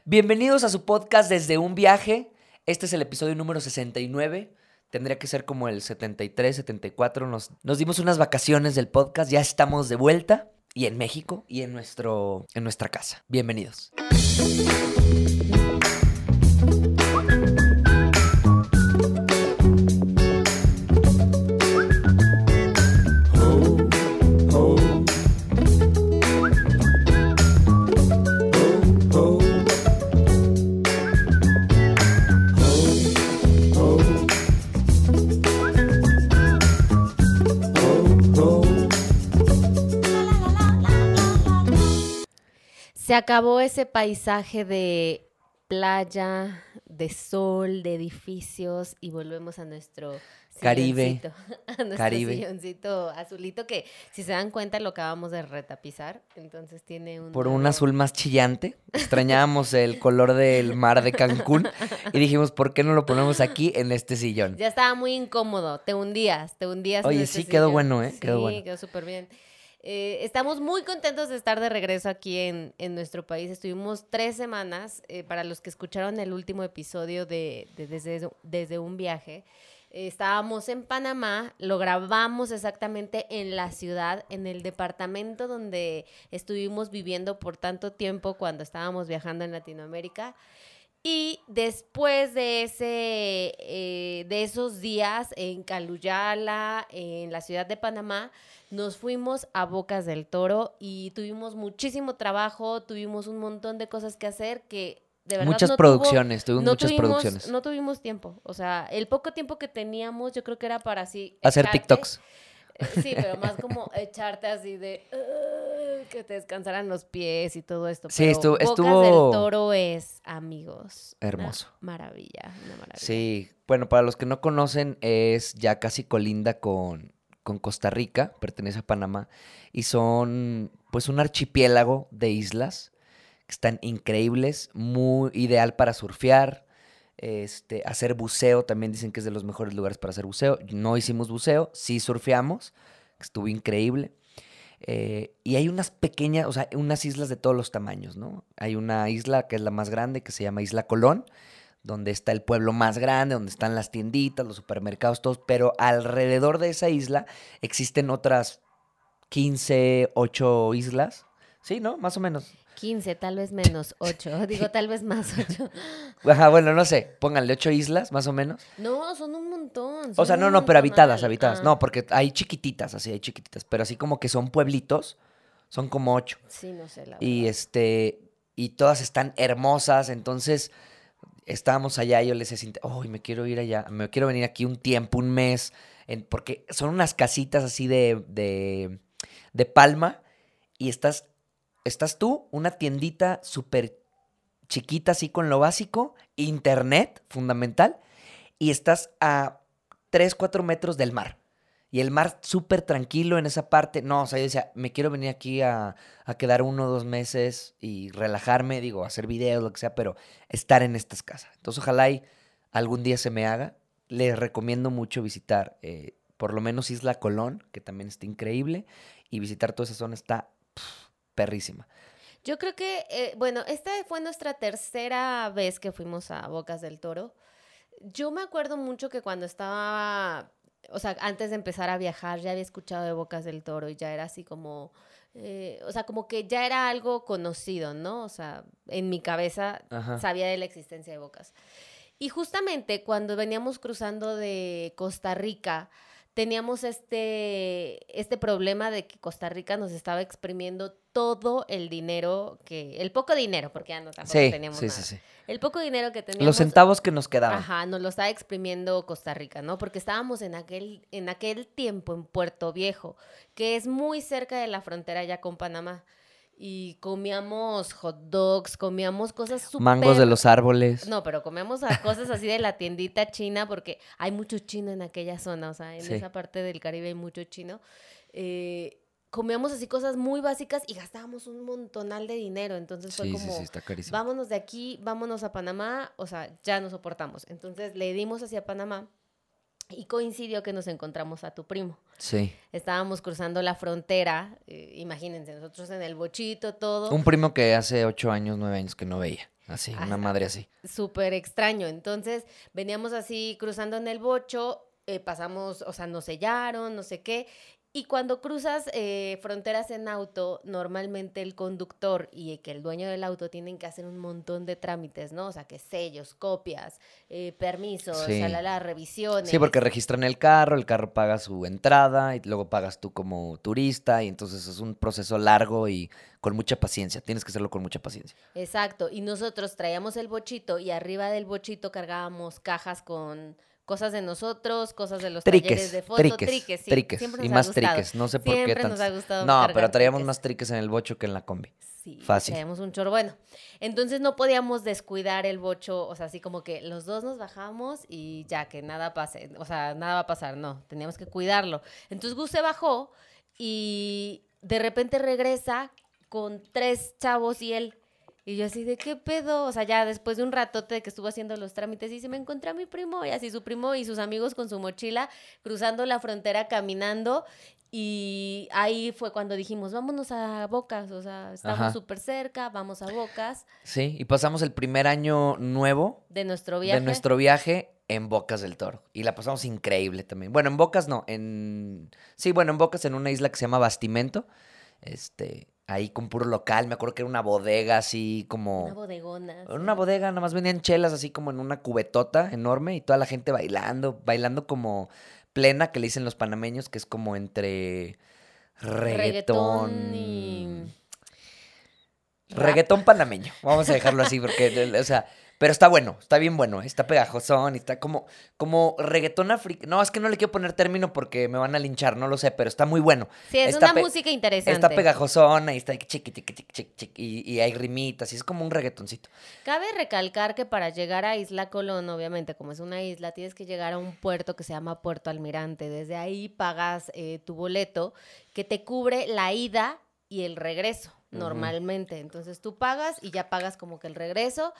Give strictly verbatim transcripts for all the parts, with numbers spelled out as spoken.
Bienvenidos a su podcast Desde un Viaje. Este es el episodio número sesenta y nueve. Tendría que ser como el setenta y tres, setenta y cuatro. Nos, nos dimos unas vacaciones del podcast. Ya estamos de vuelta. Y en México y en, nuestro, en nuestra casa. Bienvenidos. Se acabó ese paisaje de playa, de sol, de edificios y volvemos a nuestro Caribe, silloncito, a nuestro Caribe. silloncito azulito que, si se dan cuenta, lo acabamos de retapizar, entonces tiene un... Por nuevo... un azul más chillante. Extrañábamos el color del mar de Cancún y dijimos, ¿por qué no lo ponemos aquí en este sillón? Ya estaba muy incómodo, te hundías, te hundías. Oye, en este sí, quedó sillón. bueno, ¿eh? Sí, Quedó bueno. quedó súper bien. Eh, estamos muy contentos de estar de regreso aquí en, en nuestro país. Estuvimos tres semanas, eh, para los que escucharon el último episodio de, de Desde, Desde un Viaje. Eh, estábamos en Panamá, lo grabamos exactamente en la ciudad, en el departamento donde estuvimos viviendo por tanto tiempo cuando estábamos viajando en Latinoamérica. Y después de ese, eh, de esos días en Caluyala, en la ciudad de Panamá, nos fuimos a Bocas del Toro y tuvimos muchísimo trabajo, tuvimos un montón de cosas que hacer que de verdad Muchas no producciones, tuvo, tuvimos no muchas tuvimos, producciones. No tuvimos tiempo, o sea, el poco tiempo que teníamos yo creo que era para así Hacer echarte, TikToks. eh, sí, pero más como echarte así de uh, que te descansaran los pies y todo esto. Sí, Pero estuvo- Bocas estuvo- del Toro es, amigos, Hermoso. una maravilla, una maravilla. Sí, bueno, para los que no conocen, es ya casi colinda con, con Costa Rica, pertenece a Panamá, y son pues un archipiélago de islas que están increíbles, muy ideal para surfear, este, hacer buceo, también dicen que es de los mejores lugares para hacer buceo. No hicimos buceo, sí surfeamos, que estuvo increíble. Eh, y hay unas pequeñas, o sea, unas islas de todos los tamaños, ¿no? Hay una isla que es la más grande, que se llama Isla Colón, donde está el pueblo más grande, donde están las tienditas, los supermercados, todos, pero alrededor de esa isla existen otras quince, ocho islas, ¿sí, no? Más o menos. quince, tal vez menos, ocho, digo tal vez más, ocho. Ajá, bueno, no sé, pónganle ocho islas, más o menos. No, son un montón. O son sea, un no, no, pero habitadas, montonal. habitadas. Ah, No, porque hay chiquititas, así, hay chiquititas, pero así como que son pueblitos, son como ocho. sí, no sé, la Y verdad. este, y todas están hermosas, entonces estábamos allá y yo les decía, Cintia, "Ay, me quiero ir allá, me quiero venir aquí un tiempo, un mes", en- porque son unas casitas así de, de, de palma y estás, estás tú, una tiendita súper chiquita así con lo básico, internet fundamental, y estás a tres, cuatro metros del mar. Y el mar súper tranquilo en esa parte. No, o sea, yo decía, me quiero venir aquí a, a quedar uno o dos meses y relajarme, digo, hacer videos, lo que sea, pero estar en estas casas. Entonces, ojalá y algún día se me haga. Les recomiendo mucho visitar, eh, por lo menos Isla Colón, que también está increíble, y visitar toda esa zona está pff, perrísima. Yo creo que, eh, bueno, esta fue nuestra tercera vez que fuimos a Bocas del Toro. Yo me acuerdo mucho que cuando estaba, o sea, antes de empezar a viajar, ya había escuchado de Bocas del Toro y ya era así como, eh, o sea, como que ya era algo conocido, ¿no? O sea, en mi cabeza Ajá. sabía de la existencia de Bocas. Y justamente cuando veníamos cruzando de Costa Rica, teníamos este, este problema de que Costa Rica nos estaba exprimiendo todo el dinero que, el poco dinero, porque ya no tampoco Sí, teníamos sí, nada. sí, sí. El poco dinero que teníamos. Los centavos que nos quedaban. Ajá, nos lo estaba exprimiendo Costa Rica, ¿no? Porque estábamos en aquel, en aquel tiempo en Puerto Viejo, que es muy cerca de la frontera ya con Panamá. Y comíamos hot dogs, comíamos cosas súper... Mangos de los árboles. No, pero comíamos a cosas así de la tiendita china, porque hay mucho chino en aquella zona, o sea, en Sí. esa parte del Caribe hay mucho chino. Eh, comíamos así cosas muy básicas y gastábamos un montonal de dinero, entonces fue Sí, como... sí, sí, está carísimo. Vámonos de aquí, vámonos a Panamá, o sea, ya no soportamos. Entonces le dimos hacia Panamá y coincidió que nos encontramos a tu primo. Sí. Estábamos cruzando la frontera, eh, imagínense, nosotros en el bochito, todo. Un primo que hace ocho años, nueve años que no veía. así, Ah, una madre así. súper extraño. Entonces, veníamos así cruzando en el bocho, eh, pasamos, o sea, nos sellaron, no sé qué. Y cuando cruzas eh, fronteras en auto, normalmente el conductor y que el dueño del auto tienen que hacer un montón de trámites, ¿no? O sea, que sellos, copias, eh, permisos, Sí. shalala, revisiones. Sí, porque registran el carro, el carro paga su entrada y luego pagas tú como turista y entonces es un proceso largo y con mucha paciencia. Tienes que hacerlo con mucha paciencia. Exacto. Y nosotros traíamos el bochito y arriba del bochito cargábamos cajas con cosas de nosotros, cosas de los talleres de Triques, foto, triques, triques, sí. triques Siempre y nos ha más gustado. triques. No sé por qué Siempre nos tantos. ha gustado No, cargar pero traíamos triques. más triques en el bocho que en la combi. Sí, Fácil. traíamos un chorro. Bueno, entonces no podíamos descuidar el bocho, o sea, así como que los dos nos bajamos y ya, que nada pase, o sea, nada va a pasar, no, teníamos que cuidarlo. Entonces Gus se bajó y de repente regresa con tres chavos y él. Y yo así, ¿de qué pedo? O sea, ya después de un ratote de que estuvo haciendo los trámites, dice, me encontré a mi primo, y así su primo y sus amigos con su mochila, cruzando la frontera, caminando, y ahí fue cuando dijimos, vámonos a Bocas, o sea, estamos súper cerca, vamos a Bocas. Sí, y pasamos el primer año nuevo De nuestro viaje. de nuestro viaje en Bocas del Toro. Y la pasamos increíble también. Bueno, en Bocas no, en... Sí, bueno, en Bocas, en una isla que se llama Bastimento. Este, ahí con puro local. Me acuerdo que era una bodega así como... Una bodegona. Sí. Una bodega, nada más vendían chelas así como en una cubetota enorme y toda la gente bailando, bailando como plena, que le dicen los panameños, que es como entre reggaetón... Reggaetón y... Rap. Reggaetón panameño, vamos a dejarlo así, porque, o sea, pero está bueno, está bien bueno, ¿eh? Está pegajosón, y está como, como reggaetón africano. No, es que no le quiero poner término porque me van a linchar, no lo sé, pero está muy bueno. Sí, es está una pe- música interesante. Está pegajosón, ahí está chiqui, chiqui, chiqui, chiqui, chiqui, y, y hay rimitas, y es como un reggaetoncito. Cabe recalcar que para llegar a Isla Colón, obviamente, como es una isla, tienes que llegar a un puerto que se llama Puerto Almirante. Desde ahí pagas eh, tu boleto que te cubre la ida y el regreso, Ujú. normalmente. Entonces tú pagas y ya pagas como que el regreso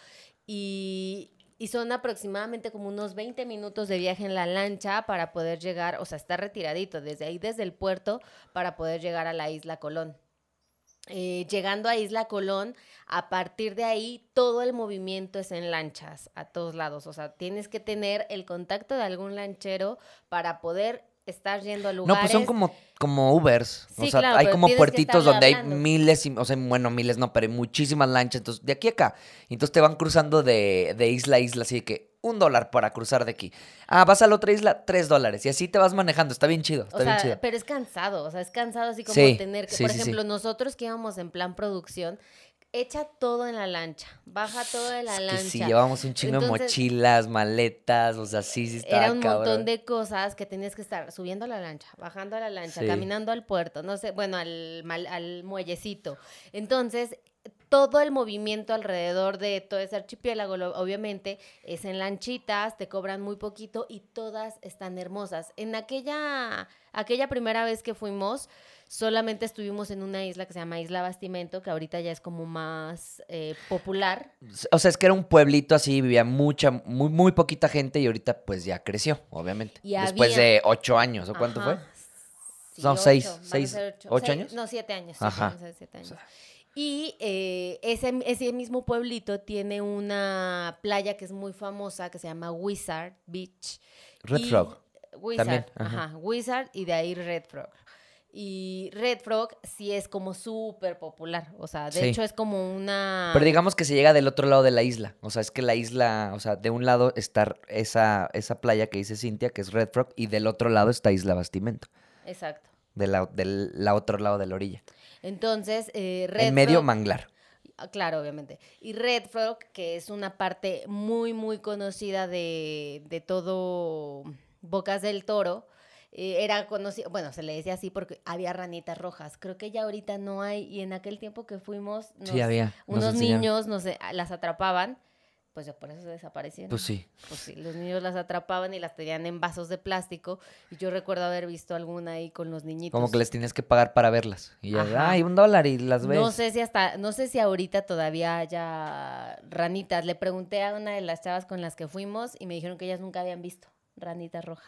y, y son aproximadamente como unos veinte minutos de viaje en la lancha para poder llegar, o sea, está retiradito desde ahí, desde el puerto, para poder llegar a la Isla Colón. Eh, llegando a Isla Colón, a partir de ahí todo el movimiento es en lanchas a todos lados, o sea, tienes que tener el contacto de algún lanchero para poder estar yendo a lugares. No, pues son como, como Ubers. Sí, o sea, claro, hay pero como tienes que puertitos estarle donde hay hablando. miles, y, o sea, bueno, miles no, pero hay muchísimas lanchas. Entonces, de aquí a acá. Entonces te van cruzando de, de isla a isla, así de que un dólar para cruzar de aquí. Ah, vas a la otra isla, tres dólares. Y así te vas manejando. Está bien chido, está O bien sea, chido. pero es cansado, o sea, es cansado así como Sí, tener que, sí, por sí, ejemplo, sí. nosotros que íbamos en plan producción, echa todo en la lancha, baja todo en la Es que lancha. sí, llevábamos un chingo de Entonces, mochilas, maletas, o sea, sí, sí estaba era un cabrón. montón de cosas que tenías que estar subiendo a la lancha, bajando a la lancha, Sí. caminando al puerto, no sé, bueno, al, mal- al muellecito. Entonces, todo el movimiento alrededor de todo ese archipiélago, lo- obviamente, es en lanchitas, te cobran muy poquito y todas están hermosas. En aquella, aquella primera vez que fuimos, solamente estuvimos en una isla que se llama Isla Bastimento, que ahorita ya es como más eh, popular. O sea, es que era un pueblito así, vivía mucha, muy, muy poquita gente y ahorita pues ya creció, obviamente. Y Después había- de ocho años, ¿o cuánto Ajá. fue? Sí, No, ocho, seis, van a seis, ser ocho. ¿ocho Seis- años? No, siete años. Siete Ajá. años, siete años. Y eh, ese, ese mismo pueblito tiene una playa que es muy famosa que se llama Wizard Beach. Red Y- Frog. Wizard, También, ajá. ajá. Wizard y de ahí Red Frog. Y Red Frog sí es como súper popular. O sea, de Sí. hecho es como una... Pero digamos que se llega del otro lado de la isla. O sea, es que la isla, o sea, de un lado está esa, esa playa que dice Cintia, que es Red Frog, y del otro lado está Isla Bastimento. Exacto. De la, del la otro lado de la orilla. Entonces, eh, Red En medio, Frog... manglar. Ah, claro, obviamente. Y Red Frog, que es una parte muy, muy conocida de, de todo Bocas del Toro, eh, era conocido, bueno, se le decía así porque había ranitas rojas. Creo que ya ahorita no hay, y en aquel tiempo que fuimos, nos- Sí, había. Nos unos enseñaron. niños nos, eh, las atrapaban, pues ya por eso se desaparecieron. Pues sí. Pues sí, los niños las atrapaban y las tenían en vasos de plástico, y yo recuerdo haber visto alguna ahí con los niñitos. Como que les tienes que pagar para verlas. Y ya, Ajá. ay, un dólar y las ves. No sé si hasta, no sé si ahorita todavía haya ranitas. Le pregunté a una de las chavas con las que fuimos y me dijeron que ellas nunca habían visto ranitas rojas.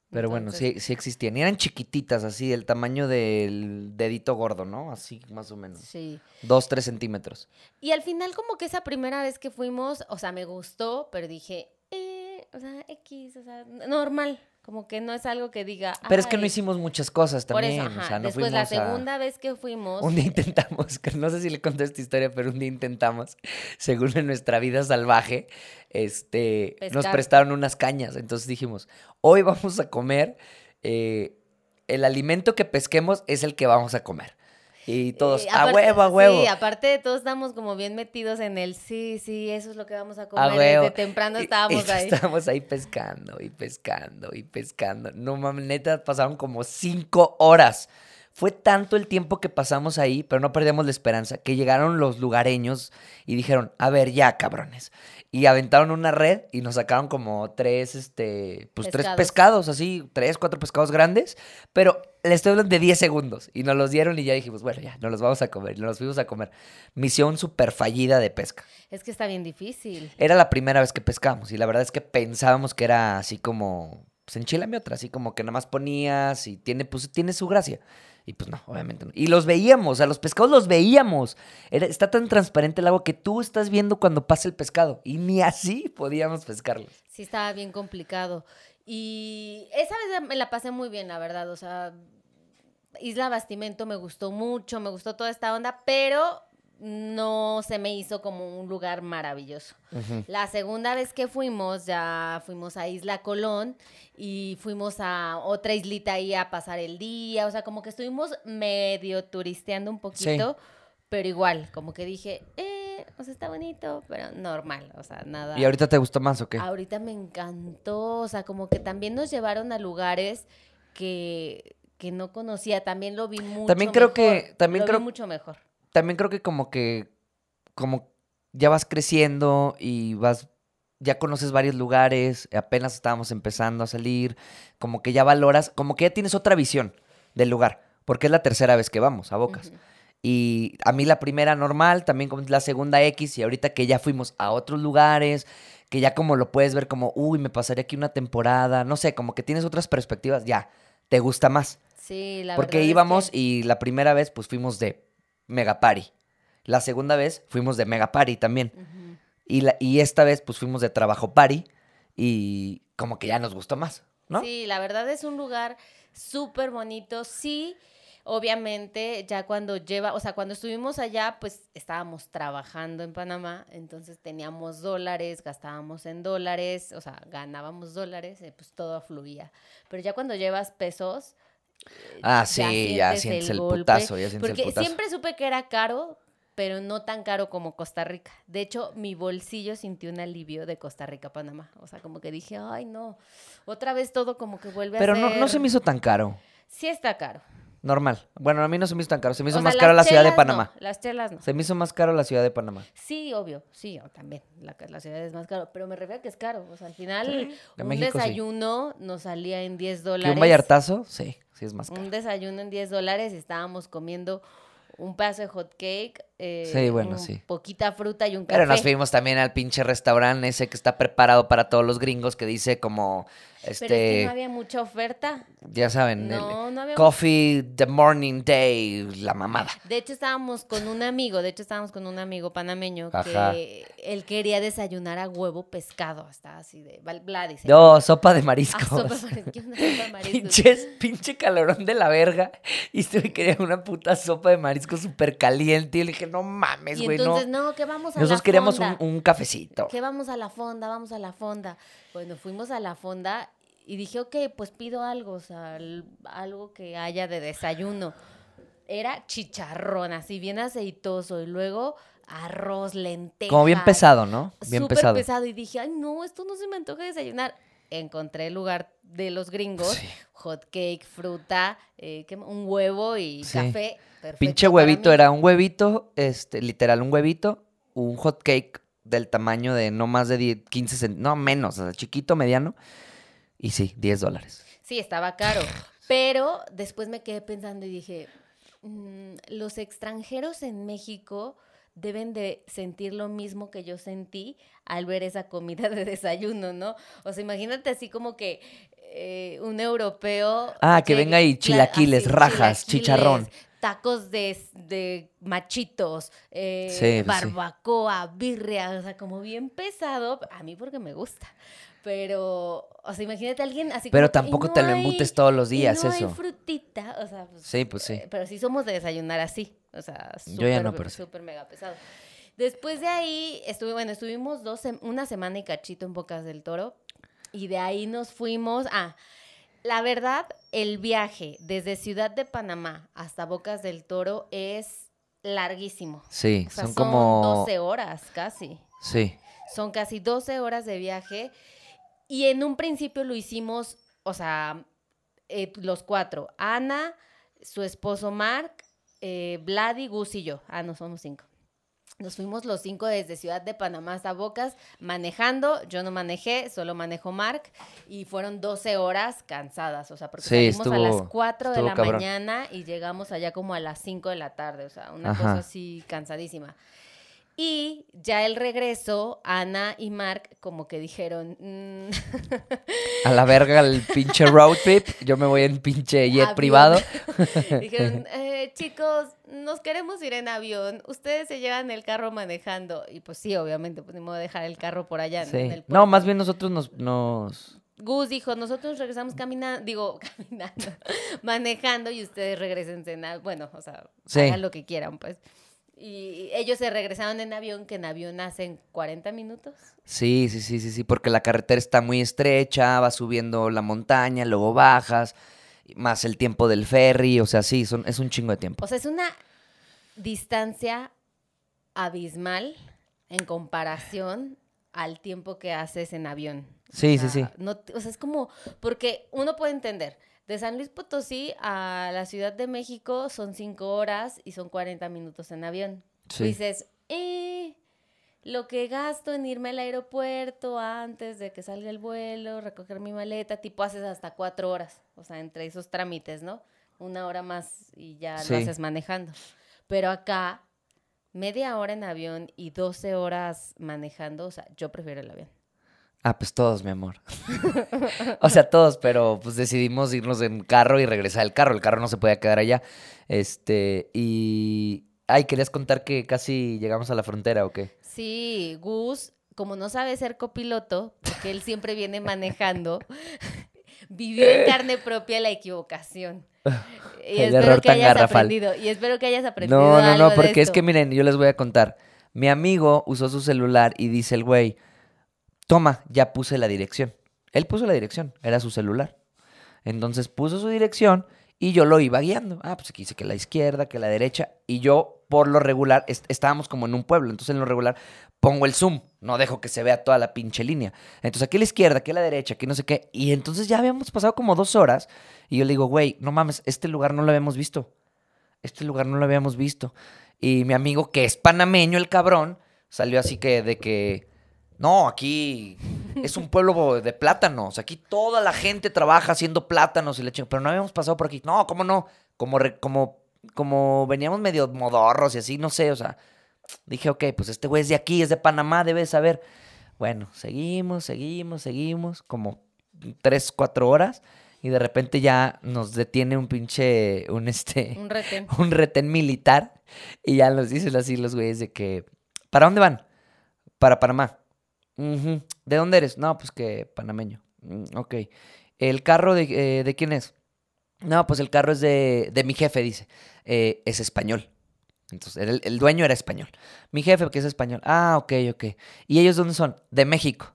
Pero bueno, sí, sí existían. Y eran chiquititas, así, del tamaño del dedito gordo, ¿no? Así, más o menos. Sí. Dos, tres centímetros. Y al final como que esa primera vez que fuimos, o sea, me gustó, pero dije, eh, o sea, X, o sea, normal. Como que no es algo que diga, Pero es que no "Ay". hicimos muchas cosas Por también. eso, ajá. O sea, no Después, fuimos la a... segunda vez que fuimos... Un día intentamos, que no sé si le conté esta historia, pero un día intentamos, según en nuestra vida salvaje, este, nos Pescar. prestaron unas cañas. Entonces dijimos, hoy vamos a comer, eh, el alimento que pesquemos es el que vamos a comer. Y todos, Eh, a aparte- huevo, a huevo. Sí, aparte todos estamos como bien metidos en el sí, sí, eso es lo que vamos a A comer. huevo. Desde temprano Y- estábamos y ahí. Estábamos ahí pescando y pescando y pescando. No mames, neta, pasaron como cinco horas. Fue tanto el tiempo que pasamos ahí, pero no perdíamos la esperanza, que llegaron los lugareños y dijeron, a ver, ya, cabrones. Y aventaron una red y nos sacaron como tres, este, pues tres Pescados. pescados, así, tres, cuatro pescados grandes, pero le estoy hablando de diez segundos. Y nos los dieron y ya dijimos, bueno, ya, nos los vamos a comer. Y nos los fuimos a comer. Misión súper fallida de pesca. Es que está bien difícil. Era la primera vez que pescamos y la verdad es que pensábamos que era así como, pues enchilame otra, así como que nada más ponías y tiene, pues tiene su gracia. Y pues no, obviamente no. Y los veíamos, a los pescados los veíamos. Era, está tan transparente el agua que tú estás viendo cuando pasa el pescado. Y ni así podíamos pescarlos. Sí, estaba bien complicado. Y esa vez me la pasé muy bien, la verdad. O sea, Isla Bastimento me gustó mucho, me gustó toda esta onda, pero no se me hizo como un lugar maravilloso. Ujú. La segunda vez que fuimos, ya fuimos a Isla Colón y fuimos a otra islita ahí a pasar el día. O sea, como que estuvimos medio turisteando un poquito, pero igual, como que dije, eh, o sea, está bonito, pero normal, o sea, nada. ¿Y ahorita te gustó más o qué? Ahorita me encantó, o sea, como que también nos llevaron a lugares que, que no conocía, también lo vi mucho También creo mejor, que- también lo creo- vi mucho mejor. También creo que como que, como ya vas creciendo y vas, ya conoces varios lugares, apenas estábamos empezando a salir, como que ya valoras, como que ya tienes otra visión del lugar, porque es la tercera vez que vamos a Bocas. Ujú. Y a mí la primera normal, también como la segunda X, y ahorita que ya fuimos a otros lugares, que ya como lo puedes ver como, uy, me pasaría aquí una temporada, no sé, como que tienes otras perspectivas, ya, te gusta más. Sí, la Porque verdad es íbamos que- y la primera vez pues fuimos de Mega Party. La segunda vez fuimos de Mega Party también. Ujú. Y, la, y esta vez pues fuimos de Trabajo Party y como que ya nos gustó más, ¿no? Sí, la verdad es un lugar súper bonito. Sí, obviamente, ya cuando lleva, o sea, cuando estuvimos allá, pues estábamos trabajando en Panamá, entonces teníamos dólares, gastábamos en dólares, o sea, ganábamos dólares, eh, pues todo fluía. Pero ya cuando llevas pesos, eh, Ah, sí, ya sientes el golpe, putazo, ya sientes porque el putazo. siempre supe que era caro, pero no tan caro como Costa Rica. De hecho, mi bolsillo sintió un alivio de Costa Rica a Panamá. O sea, como que dije, ay, no, otra vez todo como que vuelve Pero a no, ser... no se me hizo tan caro. Sí está caro. Normal. Bueno, a mí no se me hizo tan caro. Se me hizo O sea, más las caro la ciudad de chelas Panamá. no, las chelas no. Se me hizo más caro la ciudad de Panamá. Sí, obvio, sí, o también, la, la ciudad es más caro, pero me refiero a que es caro. O sea, al final, Sí, de un México sí. desayuno nos salía en diez ¿Que dólares. un Vallartazo? Sí, sí es más caro. Un desayuno en diez dólares y estábamos comiendo un pedazo de hot cake, eh, Sí, bueno, un sí. poquita fruta y un café. Pero nos fuimos también al pinche restaurante ese que está preparado para todos los gringos que dice como, este, Pero es que no había mucha oferta. ya saben, No, el no había coffee, the morning day, la mamada. De hecho, estábamos con un amigo, de hecho, estábamos con un amigo panameño Ajá. que él quería desayunar a huevo pescado, hasta así de Val- Vladis. ¿eh? No, sopa de Ah, mariscos. sopa de mariscos, ¿qué es una sopa de mariscos? Pinches, pinche calorón de la verga. Y este quería una puta sopa de mariscos súper caliente. Y le dije, no mames, Y güey, no. entonces, no, que vamos a Nosotros la queríamos un, fonda. un cafecito. Que vamos a la fonda, vamos a la fonda. Bueno, fuimos a la fonda y dije, ok, pues pido algo, o sea, al- algo que haya de desayuno. Era chicharrón, así bien aceitoso, y luego arroz, lentejas. Como bien pesado, ¿no? Bien Súper pesado. pesado. Y dije, ay, no, esto no se me antoja desayunar. Encontré el lugar de los gringos, Sí. hot cake, fruta, eh, ¿qué más? Un huevo y Sí. café. Perfecto Pinche para huevito, mí. era un huevito, este, literal, un huevito, un hot cake del tamaño de no más de diez, quince centímetros, no menos, o sea, chiquito, mediano. Y sí, diez dólares. Sí, estaba caro. Pero después me quedé pensando y dije, mm, los extranjeros en México deben de sentir lo mismo que yo sentí al ver esa comida de desayuno, ¿no? O sea, imagínate así como que eh, un europeo. Ah, que llegue- venga y cla- chilaquiles, así, rajas, chilaquiles, chicharrón. Tacos de, de machitos, eh, Sí, pues sí. barbacoa, birria, o sea, como bien pesado. A mí porque me gusta. Pero, o sea, imagínate a alguien así Pero como que, y tampoco no te lo hay- embutes todos los y días, no eso. hay frutita, o sea, pues, Sí, pues sí. eh, pero sí somos de desayunar así, o sea, Yo ya súper, no, pero sí. súper mega pesado. Después de ahí, estuve, bueno, estuvimos dos, sem- una semana y cachito en Bocas del Toro, y de ahí nos fuimos a, la verdad, el viaje desde Ciudad de Panamá hasta Bocas del Toro es larguísimo. Sí, O sea, son son como... doce horas casi. Sí, Son casi doce horas de viaje. Y en un principio lo hicimos, o sea, eh, los cuatro. Ana, su esposo Mark, eh, Vladi, Gus y yo. Ah, no, somos cinco. Nos fuimos los cinco desde Ciudad de Panamá hasta Bocas manejando. Yo no manejé, solo manejó Mark. Y fueron doce horas cansadas. O sea, porque Sí, salimos a las estuvo- cuatro de estuvo la cabrón. mañana y llegamos allá como a las cinco de la tarde. O sea, una Ajá. cosa así cansadísima. Y ya el regreso, Ana y Mark como que dijeron... mm, a la verga el pinche road trip. Yo me voy en pinche jet avión. privado. Dijeron, eh, chicos, nos queremos ir en avión. Ustedes se llevan el carro manejando. Y pues sí, obviamente, pues ni modo de dejar el carro por allá, ¿no? Sí. En el No, puerto. más bien nosotros nos... nos... Gus dijo, nosotros regresamos caminando, digo, caminando, manejando y ustedes regresen en avión. Bueno, o sea, Sí. hagan lo que quieran, pues. Y ellos se regresaron en avión, que en avión hacen cuarenta minutos. Sí, sí, sí, sí, sí, porque la carretera está muy estrecha, vas subiendo la montaña, luego bajas, más el tiempo del ferry, o sea, sí, son, es un chingo de tiempo. O sea, es una distancia abismal en comparación al tiempo que haces en avión. Sí, O sea, sí, sí. no, o sea, es como, porque uno puede entender, de San Luis Potosí a la Ciudad de México son cinco horas y son cuarenta minutos en avión. Sí. Dices, eh, lo que gasto en irme al aeropuerto antes de que salga el vuelo, recoger mi maleta, tipo haces hasta cuatro horas, o sea, entre esos trámites, ¿no? Una hora más y ya Sí. lo haces manejando. Pero acá, media hora en avión y doce horas manejando, o sea, yo prefiero el avión. Ah, pues todos, mi amor. O sea, todos, pero pues decidimos irnos en carro y regresar el carro. El carro no se podía quedar allá. Este, y... Ay, ¿querías contar que casi llegamos a la frontera o qué? Sí, Gus, como no sabe ser copiloto, porque él siempre viene manejando, vivió en carne propia la equivocación. Y El espero error que tan hayas garrafal. aprendido. Y espero que hayas aprendido No, no, algo no, de porque es esto. que miren, yo les voy a contar. Mi amigo usó su celular y dice el güey, toma, ya puse la dirección. Él puso la dirección, era su celular. Entonces puso su dirección y yo lo iba guiando. Ah, pues aquí dice que la izquierda, que la derecha. Y yo, por lo regular, est- estábamos como en un pueblo. Entonces, en lo regular, pongo el zoom. No dejo que se vea toda la pinche línea. Entonces, aquí a la izquierda, aquí a la derecha, aquí no sé qué. Y entonces ya habíamos pasado como dos horas. Y yo le digo, güey, no mames, este lugar no lo habíamos visto. Este lugar no lo habíamos visto. Y mi amigo, que es panameño, el cabrón, salió así que de que... No, aquí es un pueblo de plátanos. Aquí toda la gente trabaja haciendo plátanos y le pero no habíamos pasado por aquí. No, ¿cómo no? Como, re- como, como veníamos medio modorros y así, no sé, o sea. Dije, ok, pues este güey es de aquí, es de Panamá, debe saber. Bueno, seguimos, seguimos, seguimos, como tres, cuatro horas. Y de repente ya nos detiene un pinche, un este, Un retén. un retén militar. Y ya nos dicen así los güeyes de que, ¿para dónde van? Para Panamá. Ujú. ¿De dónde eres? No, pues que panameño. Mm, ok. ¿El carro de, eh, de quién es? No, pues el carro es de, de mi jefe, dice. Eh, es español. Entonces, el, el dueño era español. Mi jefe, que es español. Ah, ok, ok. ¿Y ellos dónde son? De México.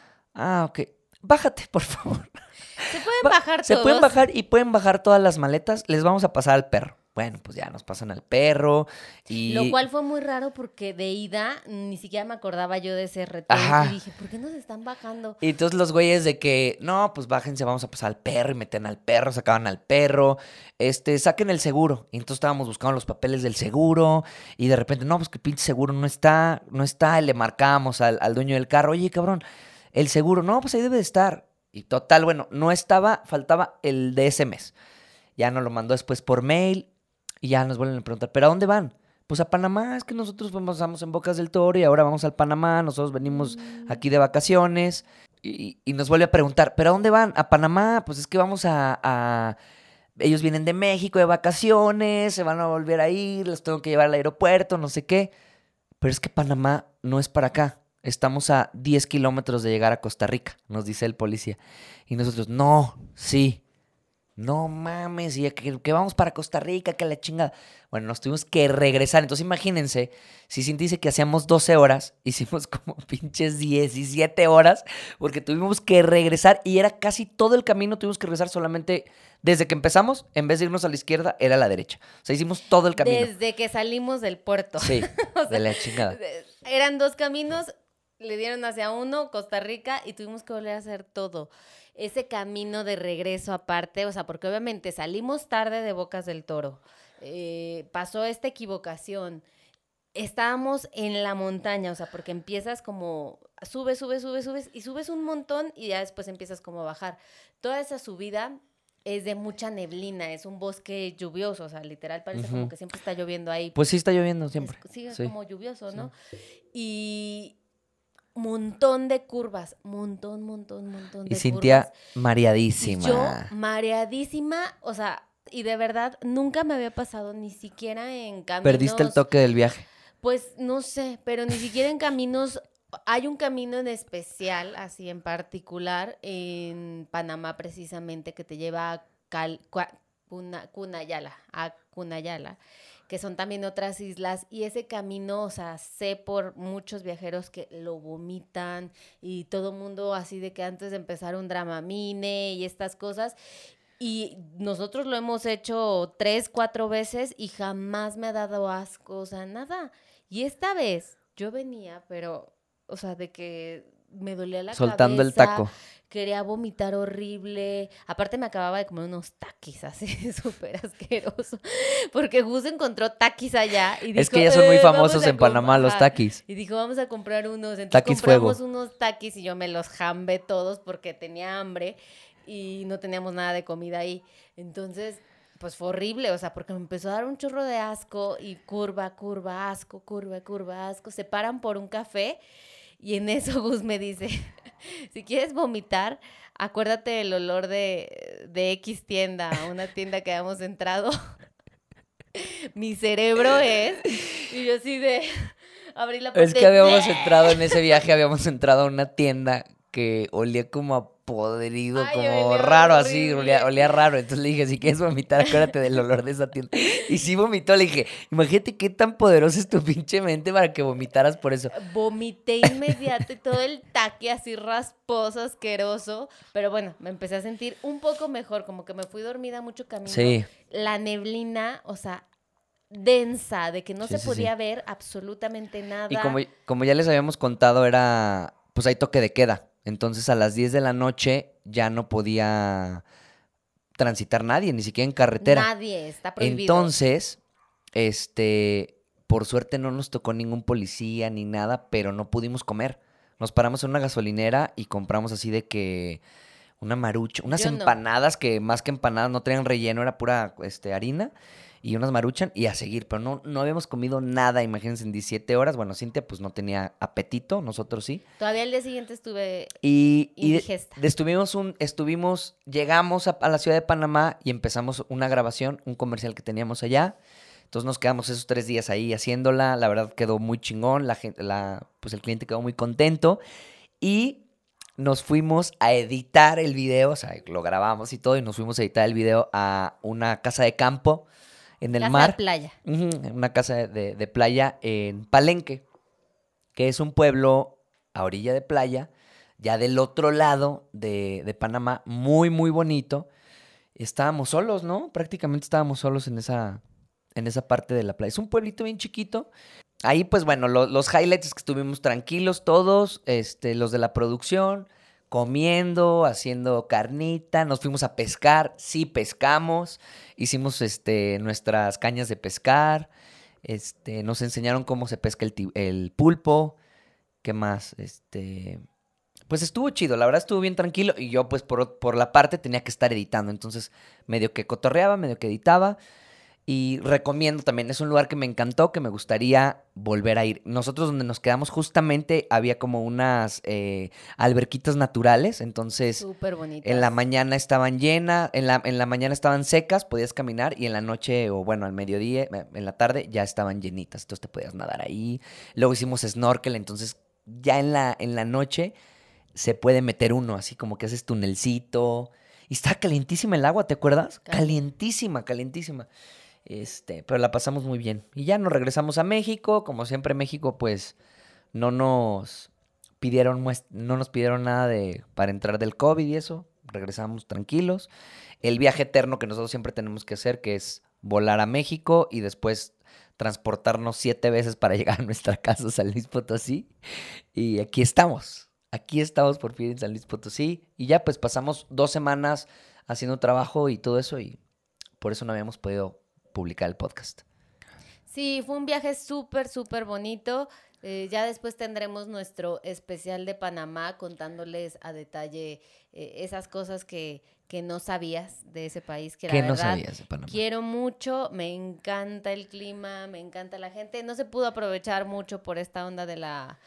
Ah, ok. Bájate, por favor. ¿Se pueden Va- bajar Se todos? pueden bajar y pueden bajar todas las maletas. Les vamos a pasar al perro. Bueno, pues ya nos pasan al perro y... Lo cual fue muy raro porque de ida ni siquiera me acordaba yo de ese retén. Ajá. Y dije, ¿por qué nos están bajando? Y entonces los güeyes de que, no, pues bájense, vamos a pasar al perro, y meten al perro, sacaban al perro, este, saquen el seguro. Y entonces estábamos buscando los papeles del seguro, y de repente, no, pues que pinche seguro no está, no está, y le marcamos al, al dueño del carro, oye, cabrón, el seguro, no, pues ahí debe de estar. Y total, bueno, no estaba, faltaba el de ese mes. Ya nos lo mandó después por mail, y ya nos vuelven a preguntar, ¿pero a dónde van? Pues a Panamá, es que nosotros pasamos en Bocas del Toro y ahora vamos al Panamá, nosotros venimos aquí de vacaciones. Y, y nos vuelve a preguntar, ¿pero a dónde van? A Panamá, pues es que vamos a, a... Ellos vienen de México de vacaciones, se van a volver a ir, los tengo que llevar al aeropuerto, no sé qué. Pero es que Panamá no es para acá. Estamos a diez kilómetros de llegar a Costa Rica, nos dice el policía. Y nosotros, no, sí. No mames, y que, que vamos para Costa Rica, que la chingada. Bueno, nos tuvimos que regresar. Entonces imagínense, si Cindy dice que hacíamos doce horas, hicimos como pinches diecisiete horas, porque tuvimos que regresar y era casi todo el camino, tuvimos que regresar solamente desde que empezamos, en vez de irnos a la izquierda, era a la derecha. O sea, hicimos todo el camino. Desde que salimos del puerto. Sí, o sea, de la chingada. Eran dos caminos, le dieron hacia uno, Costa Rica, y tuvimos que volver a hacer todo. Ese camino de regreso aparte, o sea, porque obviamente salimos tarde de Bocas del Toro, eh, pasó esta equivocación, estábamos en la montaña, o sea, porque empiezas como, subes, subes, subes, subes, y subes un montón y ya después empiezas como a bajar. Toda esa subida es de mucha neblina, es un bosque lluvioso, o sea, literal parece uh-huh. como que siempre está lloviendo ahí. Pues sí está lloviendo siempre. Es, sí, es sí. como lluvioso, ¿no? Sí. Y... montón de curvas, montón, montón, montón de curvas. Y Cintia curvas. mareadísima. Y yo mareadísima, o sea, y de verdad nunca me había pasado ni siquiera en caminos. ¿Perdiste el toque del viaje? Pues no sé, pero ni siquiera en caminos. Hay un camino en especial, así en particular, en Panamá precisamente, que te lleva a Cal, Cuna, Cunayala, a Cunayala, que son también otras islas, y ese camino, o sea, sé por muchos viajeros que lo vomitan, y todo mundo así de que antes de empezar un Dramamine y estas cosas, y nosotros lo hemos hecho tres, cuatro veces, y jamás me ha dado asco, o sea, nada. Y esta vez yo venía, pero, o sea, de que me dolía la Soltando cabeza. el taco. Quería vomitar horrible. Aparte me acababa de comer unos taquis así, súper asqueroso. Porque justo encontró taquis allá. Y dijo, es que ya son muy eh, famosos en Panamá los taquis. Y dijo, vamos a comprar unos. Entonces taquis compramos fuego. unos taquis y yo me los jambé todos porque tenía hambre y no teníamos nada de comida ahí. Entonces, pues fue horrible, o sea, porque me empezó a dar un chorro de asco y curva, curva, asco, curva, curva, asco. Se paran por un café. Y en eso Gus me dice, si quieres vomitar, acuérdate del olor de, de X tienda, una tienda que habíamos entrado. Mi cerebro es, y yo así de, abrí la puerta. Es que habíamos entrado en ese viaje, habíamos entrado a una tienda que olía como a podrido, Ay, como olía raro, horrible. así, olía, olía raro. Entonces le dije, si quieres vomitar, acuérdate del olor de esa tienda. Y sí vomitó, le dije, imagínate qué tan poderosa es tu pinche mente para que vomitaras por eso. Vomité inmediato y todo el taque así rasposo, asqueroso. Pero bueno, me empecé a sentir un poco mejor, como que me fui dormida mucho camino. Sí. La neblina, o sea, densa, de que no sí, se sí, podía sí. ver absolutamente nada. Y como, como ya les habíamos contado, era, pues hay toque de queda. Entonces a las diez de la noche ya no podía transitar nadie, ni siquiera en carretera. Nadie, está prohibido. Entonces, este, por suerte no nos tocó ningún policía ni nada, pero no pudimos comer. Nos paramos en una gasolinera y compramos así de que una marucha, unas Yo no. empanadas que más que empanadas no tenían relleno, era pura este, harina. Y unas maruchan y a seguir, pero no, no habíamos comido nada, imagínense, en diecisiete horas. Bueno, Cintia pues no tenía apetito, nosotros sí. Todavía el día siguiente estuve y, indigesta. Y estuvimos, un, estuvimos, llegamos a, a la ciudad de Panamá y empezamos una grabación, un comercial que teníamos allá. Entonces nos quedamos esos tres días ahí haciéndola, la verdad quedó muy chingón, la gente, la, pues el cliente quedó muy contento. Y nos fuimos a editar el video, o sea, lo grabamos y todo, y nos fuimos a editar el video a una casa de campo. En el casa mar. de playa. Uh-huh, una casa de, de playa en Palenque, que es un pueblo a orilla de playa, ya del otro lado de, de Panamá, muy, muy bonito. Estábamos solos, ¿no? Prácticamente estábamos solos en esa, en esa parte de la playa. Es un pueblito bien chiquito. Ahí, pues bueno, lo, los highlights es que estuvimos tranquilos todos, este, los de la producción, comiendo, haciendo carnita, nos fuimos a pescar, sí pescamos, hicimos este, nuestras cañas de pescar, este, nos enseñaron cómo se pesca el, ti- el pulpo, ¿qué más? Este, pues estuvo chido, la verdad estuvo bien tranquilo y yo pues por, por la parte tenía que estar editando, entonces medio que cotorreaba, medio que editaba Y recomiendo también, es un lugar que me encantó, que me gustaría volver a ir. Nosotros donde nos quedamos justamente había como unas eh, alberquitas naturales, entonces Súper bonitas. en la mañana estaban llenas, en la, en la mañana estaban secas, podías caminar y en la noche o bueno, al mediodía, eh, en la tarde ya estaban llenitas, entonces te podías nadar ahí. Luego hicimos snorkel, entonces ya en la, en la noche se puede meter uno, así como que haces tunelcito. Y está calientísima el agua, ¿te acuerdas? Cali- Calientísima, calientísima. Este, pero la pasamos muy bien. Y ya nos regresamos a México. Como siempre, México, pues, no nos pidieron, muest- no nos pidieron nada de, para entrar del COVID y eso. Regresamos tranquilos. El viaje eterno que nosotros siempre tenemos que hacer, que es volar a México y después transportarnos siete veces para llegar a nuestra casa, San Luis Potosí. Y aquí estamos. Aquí estamos por fin en San Luis Potosí. Y ya pues pasamos dos semanas haciendo trabajo y todo eso. Y por eso no habíamos podido publicar el podcast. Sí, fue un viaje súper, súper bonito. Eh, ya después tendremos nuestro especial de Panamá contándoles a detalle eh, esas cosas que, que no sabías de ese país, que la ¿Qué no verdad sabías de Panamá? quiero mucho, me encanta el clima, me encanta la gente. No se pudo aprovechar mucho por esta onda de la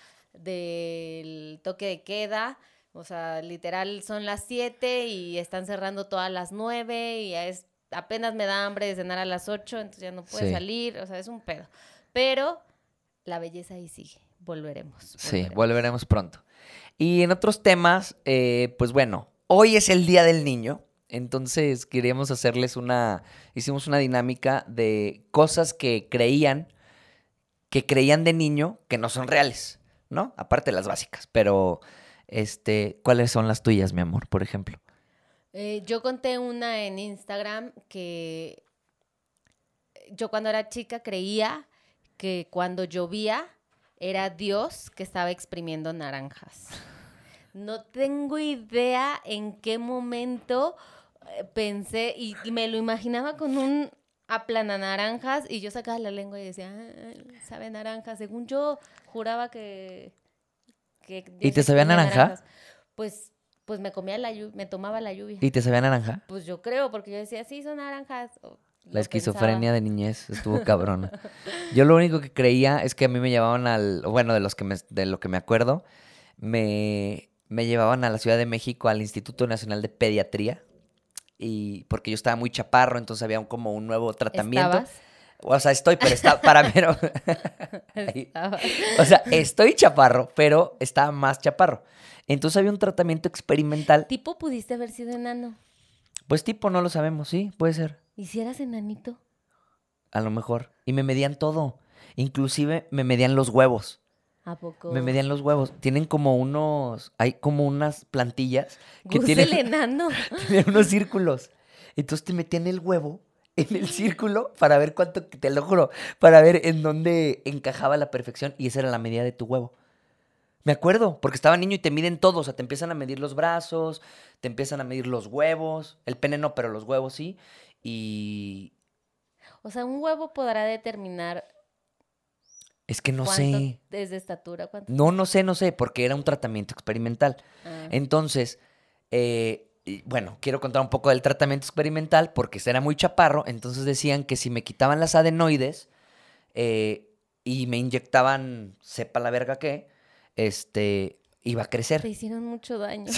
del toque de queda. O sea, literal son las siete y están cerrando todas las nueve y es, apenas me da hambre de cenar a las ocho, entonces ya no puede Sí. salir. O sea, es un pedo. Pero la belleza ahí sigue. Volveremos. Sí, volveremos. volveremos pronto. Y en otros temas, eh, pues bueno, hoy es el Día del Niño. Entonces queríamos hacerles una, hicimos una dinámica de cosas que creían, que creían de niño que no son reales, ¿no? Aparte de las básicas, pero, este, ¿cuáles son las tuyas, mi amor, por ejemplo? Eh, yo conté una en Instagram que yo cuando era chica creía que cuando llovía era Dios que estaba exprimiendo naranjas. No tengo idea en qué momento eh, pensé y, y me lo imaginaba con un aplananaranjas y yo sacaba la lengua y decía, "Ah, sabe a naranja". Según yo, juraba que, que Dios ¿Y te sabía exprimía naranja? naranjas. Pues, pues me comía la lluvia, me tomaba la lluvia. ¿Y te sabía naranja? Pues yo creo, porque yo decía, sí, son naranjas. O La lo esquizofrenia pensaba. de niñez estuvo cabrona. Yo lo único que creía es que a mí me llevaban al, bueno, de los que me, de lo que me acuerdo, me, me llevaban a la Ciudad de México al Instituto Nacional de Pediatría y porque yo estaba muy chaparro, entonces había un- como un nuevo tratamiento. ¿Estabas? O sea, estoy, pero está para mí. Pero- Ahí. Estabas. O sea, estoy chaparro, pero estaba más chaparro. Entonces había un tratamiento experimental. Tipo, pudiste haber sido enano. Pues tipo, no lo sabemos, sí, puede ser. ¿Y si eras enanito? A lo mejor. Y me medían todo. Inclusive me medían los huevos. ¿A poco? Me medían los huevos. Tienen como unos... Hay como unas plantillas que Gus tienen, el enano. tienen unos círculos. Entonces te metían el huevo en el círculo para ver cuánto... Te lo juro. Para ver en dónde encajaba la perfección. Y esa era la medida de tu huevo. Me acuerdo, porque estaba niño y te miden todo. O sea, te empiezan a medir los brazos, te empiezan a medir los huevos. El pene no, pero los huevos sí. Y... O sea, un huevo podrá determinar Es que no cuánto sé. es de estatura, cuánto. No, no sé, no sé, porque era un tratamiento experimental. Ah. Entonces, eh, y, bueno, quiero contar un poco del tratamiento experimental porque era muy chaparro. Entonces decían que si me quitaban las adenoides eh, y me inyectaban, sepa la verga qué, este, iba a Te crecer. hicieron mucho daño.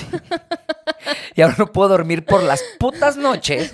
Y ahora no puedo dormir por las putas noches.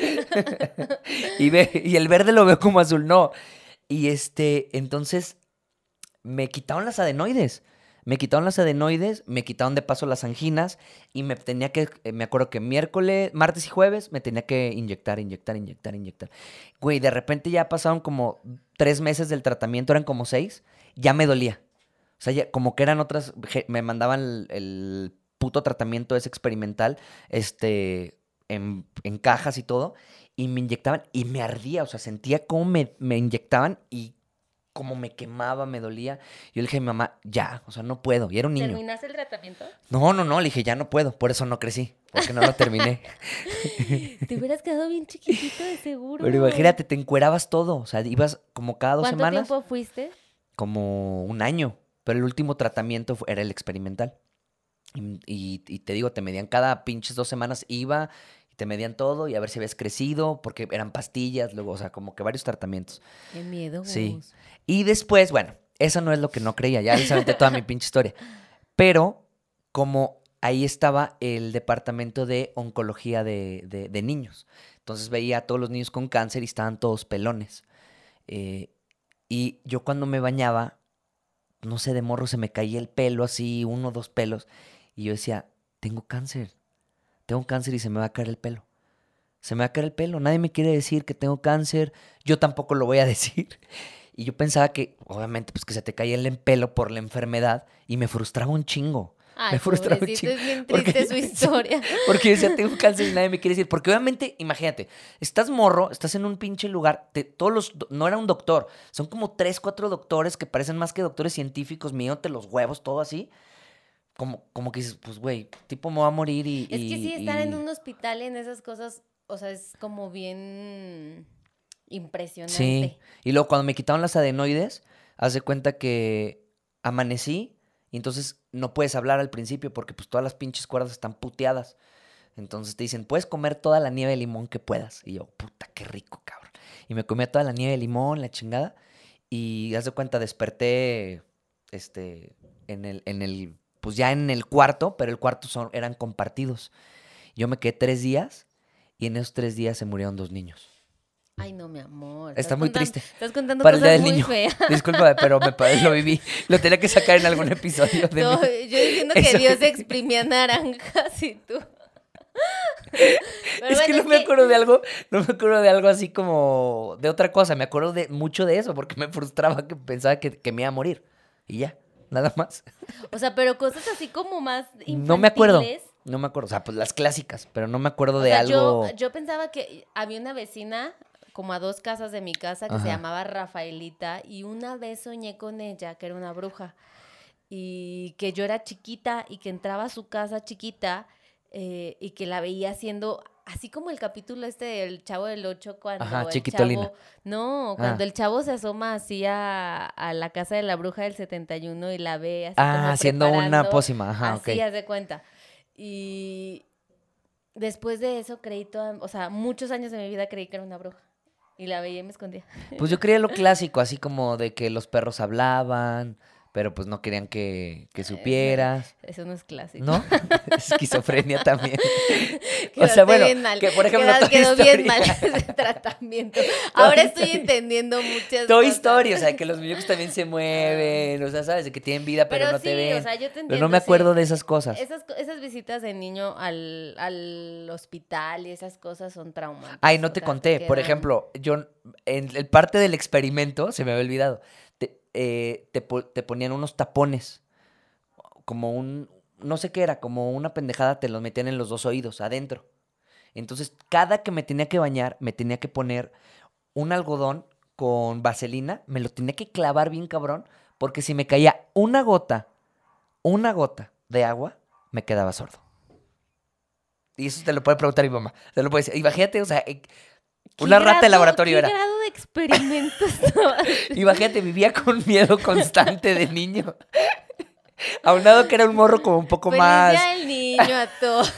y, ve, y el verde lo veo como azul, no. Y este, entonces me quitaron las adenoides. Me quitaron las adenoides, me quitaron de paso las anginas y me tenía que, eh, me acuerdo que miércoles, martes y jueves me tenía que inyectar, inyectar, inyectar, inyectar. Güey, de repente ya pasaron como tres meses del tratamiento, eran como seis, ya me dolía. O sea, ya, como que eran otras, je- me mandaban el, el puto tratamiento ese experimental, este, en, en cajas y todo, y me inyectaban y me ardía, o sea, sentía como me, me inyectaban y como me quemaba, me dolía. Yo le dije a mi mamá, ya, o sea, no puedo. Y era un niño. ¿Terminaste el tratamiento? No, no, no, le dije, ya no puedo. Por eso no crecí, porque no lo terminé. Te hubieras quedado bien chiquitito de seguro. Pero imagínate, te encuerabas todo. O sea, ibas como cada dos ¿Cuánto semanas, tiempo fuiste? como un año. Pero el último tratamiento fu- era el experimental. Y, y- y te digo, te medían cada pinches dos semanas, iba, te medían todo y a ver si habías crecido, porque eran pastillas, luego, o sea, como que varios tratamientos. Qué miedo. Sí. Y después, bueno, eso no es lo que no creía, ya les aventé toda mi pinche historia. Pero como ahí estaba el departamento de oncología de, de, de niños. Entonces veía a todos los niños con cáncer y estaban todos pelones. Eh, y yo cuando me bañaba, no sé, de morro se me caía el pelo así, uno o dos pelos. Y yo decía, tengo cáncer. Tengo cáncer y se me va a caer el pelo. Se me va a caer el pelo. Nadie me quiere decir que tengo cáncer. Yo tampoco lo voy a decir. Y yo pensaba que, obviamente, pues que se te caía el pelo por la enfermedad. Y me frustraba un chingo. Ay, me frustraba un pobrecito, chingo. es bien triste su historia. Porque yo decía, tengo cáncer y nadie me quiere decir. Porque obviamente, imagínate, estás morro, estás en un pinche lugar, te, todos los, no era un doctor, son como tres, cuatro doctores que parecen más que doctores científicos, midiéndote los huevos, todo así. Como, como que dices, pues, güey, tipo me va a morir y... Es que sí, estar y... en un hospital en esas cosas, o sea, es como bien impresionante. Sí, y luego cuando me quitaron las adenoides, haz de cuenta que amanecí y entonces no puedes hablar al principio porque pues todas las pinches cuerdas están puteadas. Entonces te dicen, puedes comer toda la nieve de limón que puedas. Y yo, puta, qué rico, cabrón. Y me comía toda la nieve de limón, la chingada. Y haz de cuenta, desperté, este, en el, en el, pues ya en el cuarto, pero el cuarto son, eran compartidos. Yo me quedé tres días y en esos tres días se murieron dos niños. Ay, no, mi amor. Está muy contando, triste. Estás contando Para el día cosas del muy niño. feas. Disculpa, pero me, pa- lo viví. Lo tenía que sacar en algún episodio de No, mi- yo diciendo que Eso- Dios exprimía naranjas y tú. Pero Es que bueno, no me acuerdo de algo, no me acuerdo de algo así como de otra cosa. Me acuerdo de mucho de eso porque me frustraba que pensaba que, que me iba a morir. Y ya, nada más. O sea, pero cosas así como más infantiles. No me acuerdo. No me acuerdo. O sea, pues las clásicas, pero no me acuerdo O de sea, algo. yo, yo pensaba que había una vecina como a dos casas de mi casa que Ajá. se llamaba Rafaelita y una vez soñé con ella, que era una bruja, y que yo era chiquita y que entraba a su casa chiquita eh, y que la veía haciendo, así como el capítulo este del Chavo del Ocho cuando Ajá, el Chiquitolina. chavo, no, cuando Ah. el chavo se asoma así a, a la casa de la bruja del setenta y uno y la ve así Ah, como haciendo una preparando, pócima. Ajá, así, ok. haz de cuenta. Y después de eso creí toda, o sea, muchos años de mi vida creí que era una bruja. Y la veía y me escondía. Pues yo creía lo clásico, así como de que los perros hablaban, pero pues no querían que, que supieras. Eso no es clásico. ¿No? Esquizofrenia también. O Quedaste sea, bueno, bien mal. que por ejemplo Queda- Toy quedó bien Story. mal ese tratamiento. Ahora estoy Story. entendiendo muchas Toy cosas. Story, o sea, que los muñecos también se mueven, o sea, sabes, de que tienen vida pero, Pero no sí, te ven. o sea, yo te Pero entiendo. no me sí. acuerdo de esas cosas. Esas, co- esas visitas de niño al, al hospital y esas cosas son traumantes. Ay, no o te sea, conté. Por quedan- ejemplo, yo en el parte del experimento, se me había olvidado, te, eh, te, po- te ponían unos tapones, como un, no sé qué era, como una pendejada, te los metían en los dos oídos, adentro. Entonces, cada que me tenía que bañar, me tenía que poner un algodón con vaselina, me lo tenía que clavar bien cabrón, porque si me caía una gota, una gota de agua, me quedaba sordo. Y eso te lo puede preguntar mi mamá. Te lo puede decir. Imagínate, o sea, eh, ¿Qué una rata de grado- laboratorio ¿Qué era. grado de experimento estaba? Imagínate, vivía con miedo constante de niño. Aunado que era un morro como un poco Feliz más. día del niño a todos.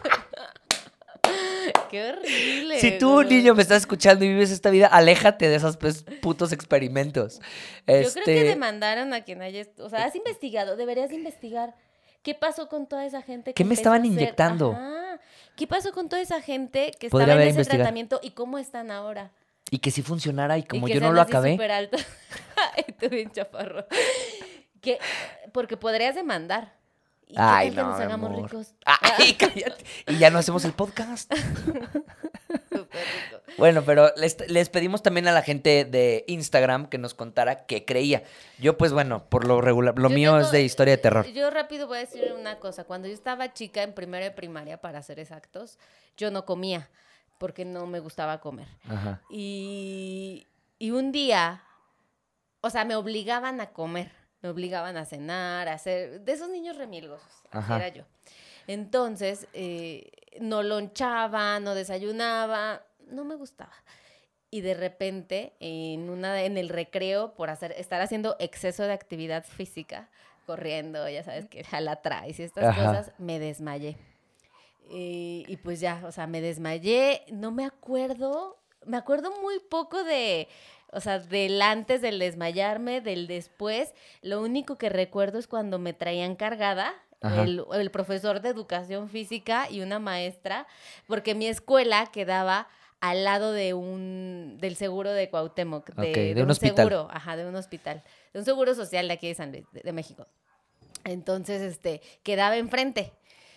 Qué horrible. Si tú, güey. niño, me estás escuchando y vives esta vida, aléjate de esos pues, putos experimentos. Yo Este... creo que demandaron a quien haya... est- O sea, has investigado, deberías investigar. ¿Qué pasó con toda esa gente que ¿Qué me empezó estaban a hacer- inyectando? Ajá. ¿Qué pasó con toda esa gente que Podría estaba en haber ese investigado. tratamiento y cómo están ahora? Y que sí funcionara y como y que yo no sean lo así acabé. súper altos. Ay, tú bien chaparro. Que, porque podrías demandar. ¿Y qué Ay, tal que no, nos mi hagamos amor. ricos? Ay, cállate. Y ya no hacemos el podcast. Súper rico. Bueno, pero les, les pedimos también a la gente de Instagram que nos contara qué creía. Yo, pues bueno, por lo regular, lo Yo mío tengo- es de historia de terror. Yo rápido voy a decir una cosa. Cuando yo estaba chica, en primero de primaria, para ser exactos, yo no comía porque no me gustaba comer. Ajá. Y, y un día, o sea, me obligaban a comer, me obligaban a cenar, a hacer, de esos niños remilgosos, así Ajá. era yo. Entonces, eh, no lonchaba, no desayunaba, no me gustaba. Y de repente, en una en el recreo, por hacer, estar haciendo exceso de actividad física, corriendo, ya sabes que la traes y estas Ajá. cosas, me desmayé. Y, y pues ya, o sea, me desmayé. No me acuerdo, me acuerdo muy poco de, o sea, del antes del desmayarme, del después. Lo único que recuerdo es cuando me traían cargada. El, el profesor de educación física y una maestra, porque mi escuela quedaba al lado de un del seguro de Cuauhtémoc, de, okay, de, de un, un hospital. seguro, ajá, de un hospital, de un seguro social de aquí de San Luis, de, de México. Entonces, este, quedaba enfrente.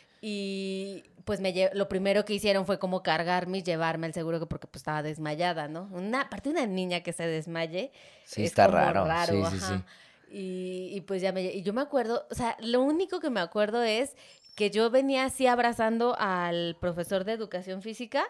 Y pues me lle- lo primero que hicieron fue como cargarme y llevarme al seguro porque pues estaba desmayada, ¿no? Una, aparte una niña que se desmaye Sí, es está como raro. raro, Sí, sí, ajá. sí. Y, y pues ya me... Y yo me acuerdo, o sea, lo único que me acuerdo es que yo venía así abrazando al profesor de educación física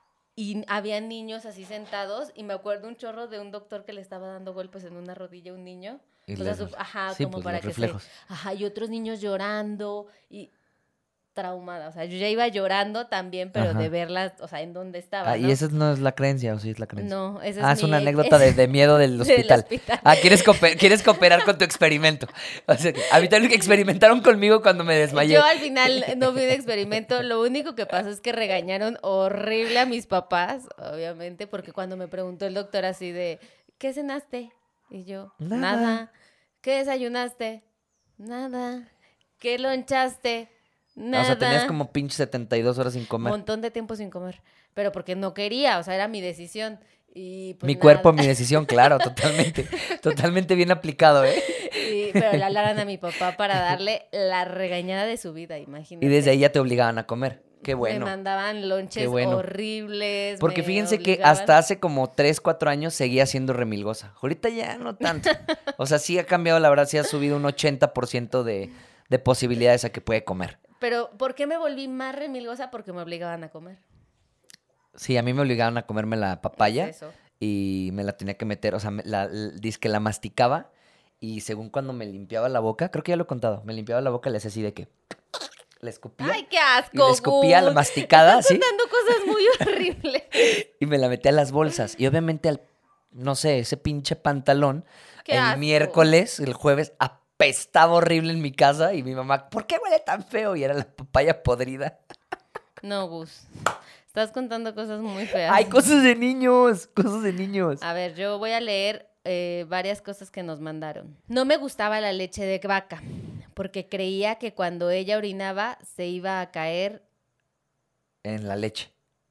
y había niños así sentados y me acuerdo un chorro de un doctor que le estaba dando golpes en una rodilla a un niño. Y O sea, les... su- ajá, Sí, como pues para los que se... reflejos. Ajá, y otros niños llorando y traumada. O sea, yo ya iba llorando también, pero Ajá. de verlas, o sea, en dónde estaba, Ah, ¿y ¿no? esa no es la creencia o sí es la creencia? No, esa es Ah, es mi... una ex- anécdota de, de miedo del del hospital. hospital. Ah, ¿quieres, cooper- ¿quieres cooperar con tu experimento? O sea, que a mí también experimentaron conmigo cuando me desmayé. Yo al final no fui un experimento. Lo único que pasó es que regañaron horrible a mis papás, obviamente, porque cuando me preguntó el doctor así de, ¿qué cenaste? Y yo, Nada. nada. ¿Qué desayunaste? Nada. ¿Qué lonchaste? Nada. O sea, tenías como pinche setenta y dos horas sin comer. Montón de tiempo sin comer. Pero porque no quería, o sea, era mi decisión. Y pues Mi nada. cuerpo, mi decisión, claro, totalmente. Totalmente bien aplicado, ¿eh? Y, pero le hablaron a mi papá para darle la regañada de su vida, imagínate. Y desde ahí ya te obligaban a comer. Qué bueno. Me mandaban lonches Qué bueno. horribles. Porque me fíjense que obligaban. hasta hace como tres, cuatro años seguía siendo remilgosa. Ahorita ya no tanto. O sea, sí ha cambiado, la verdad, sí ha subido un ochenta por ciento de, de posibilidades a que puede comer. Pero, ¿por qué me volví más remilgosa? Porque me obligaban a comer. Sí, a mí me obligaban a comerme la papaya Es eso. y me la tenía que meter, o sea, me- la, dice que la masticaba y según cuando me limpiaba la boca, creo que ya lo he contado, me limpiaba la boca y le hacía así de que la escupía. ¡Ay, qué asco! Y le escupía la Gus! masticada, Estás ¿sí? contando cosas muy horribles. Y me la metía a las bolsas. Y obviamente al, no sé, ese pinche pantalón, ¡Qué el asco! miércoles, el jueves, apestaba horrible en mi casa y mi mamá, ¿por qué huele tan feo? Y era la papaya podrida. No, Gus. Estás contando cosas muy feas. ¡Ay, cosas de niños! Cosas de niños. A ver, yo voy a leer eh, varias cosas que nos mandaron. No me gustaba la leche de vaca, porque creía que cuando ella orinaba se iba a caer En la leche.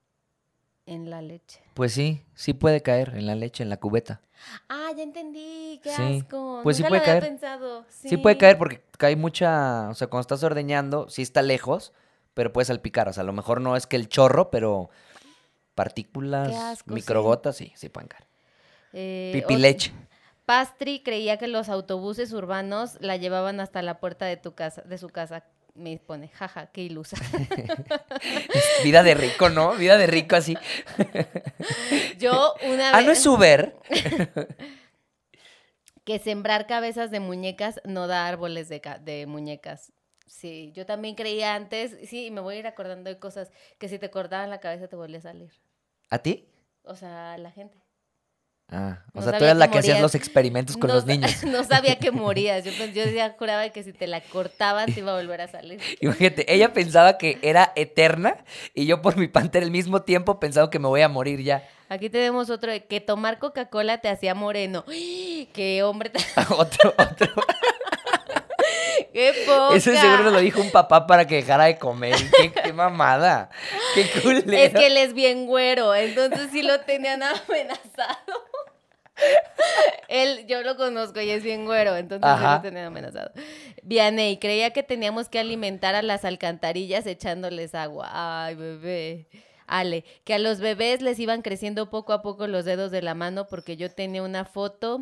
en la leche. Pues sí, sí puede caer en la leche, en la cubeta. Ah, ya entendí, qué Sí, asco. pues sí Nunca puede lo había caer. pensado. Sí. Sí puede caer porque cae mucha, o sea, cuando estás ordeñando, sí está lejos, pero puede salpicar. O sea, a lo mejor no es que el chorro, pero partículas, Qué asco, microgotas, sí, sí pueden caer. Eh, Pipi ot- leche. Pastri creía que los autobuses urbanos la llevaban hasta la puerta de tu casa, de su casa. Me pone, jaja, qué ilusa. Vida de rico, ¿no? Vida de rico así. Yo una Ah, vez ¿no es Uber? que sembrar cabezas de muñecas no da árboles de, ca- de muñecas. Sí, yo también creía antes, sí, y me voy a ir acordando de cosas que si te cortaban la cabeza te volvía a salir. ¿A ti? O sea, la gente. Ah, o No sea, tú sabía eras la que que hacías morías. los experimentos con No los sa- niños. No sabía que morías. Yo, pens- yo decía, juraba que si te la cortaban te iba a volver a salir. Imagínate, ella pensaba que era eterna y yo por mi parte al mismo tiempo pensaba que me voy a morir ya. Aquí tenemos otro de que tomar Coca-Cola te hacía moreno. ¡Qué hombre! tan- Otro, otro. ¡Qué poca! Eso seguro lo dijo un papá para que dejara de comer. Qué, qué mamada. Qué culero. Es que él es bien güero, entonces sí lo tenían amenazado. Él, yo lo conozco y es bien güero, entonces sí Ajá. lo tenían amenazado. Vianey, creía que teníamos que alimentar a las alcantarillas echándoles agua. Ay, bebé. Ale, que a los bebés les iban creciendo poco a poco los dedos de la mano porque yo tenía una foto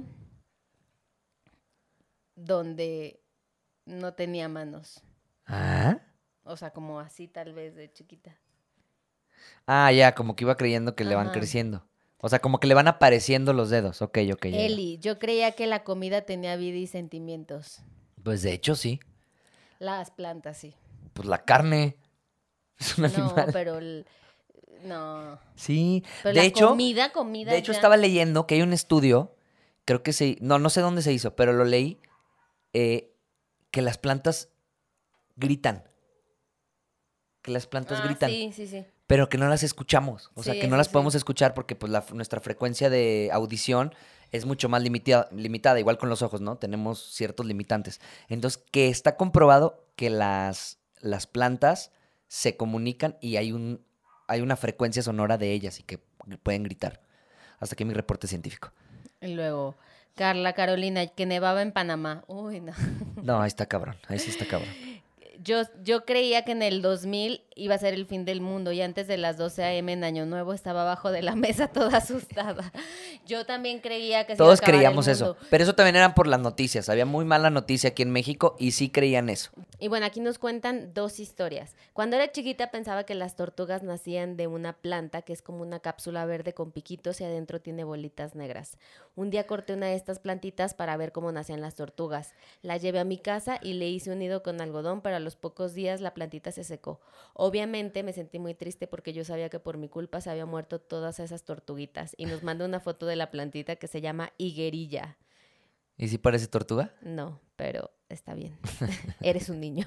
donde no tenía manos. ¿Ah? O sea, como así tal vez de chiquita. Ah, ya, como que iba creyendo que le van Ajá. creciendo. O sea, como que le van apareciendo los dedos. Ok, ok. ya, ya. Eli, yo creía que la comida tenía vida y sentimientos. Pues de hecho sí. Las plantas, sí. Pues la carne es un No, animal. pero... el- no. Sí. Pero de la hecho, comida, comida de hecho ya- estaba leyendo que hay un estudio, creo que se, no, no sé dónde se hizo, pero lo leí, eh, que las plantas gritan. que las plantas Ah, gritan. sí, sí, sí. Pero que no las escuchamos. O Sí, sea, que no eso las sí. podemos escuchar porque pues la, nuestra frecuencia de audición es mucho más limita- limitada, igual con los ojos, ¿no? Tenemos ciertos limitantes. Entonces, que está comprobado que las, las plantas se comunican y hay un hay una frecuencia sonora de ellas y que pueden gritar. Hasta aquí mi reporte científico. Y luego, Carla Carolina, que nevaba en Panamá. Uy, no. No, ahí está cabrón. Ahí sí está cabrón. Yo, yo creía que en el dos mil iba a ser el fin del mundo y antes de las doce a eme en Año Nuevo estaba abajo de la mesa toda asustada. Yo también creía que se Todos iba a acabar creíamos el eso. mundo. Pero eso también eran por las noticias. Había muy mala noticia aquí en México y sí creían eso. Y bueno, aquí nos cuentan dos historias. Cuando era chiquita pensaba que las tortugas nacían de una planta que es como una cápsula verde con piquitos y adentro tiene bolitas negras. Un día corté una de estas plantitas para ver cómo nacían las tortugas. La llevé a mi casa y le hice un nido con algodón, pero a los pocos días la plantita se secó. Obviamente me sentí muy triste porque yo sabía que por mi culpa se habían muerto todas esas tortuguitas. Y nos manda una foto de la plantita que se llama higuerilla. ¿Y si parece tortuga? No, pero está bien. Eres un niño.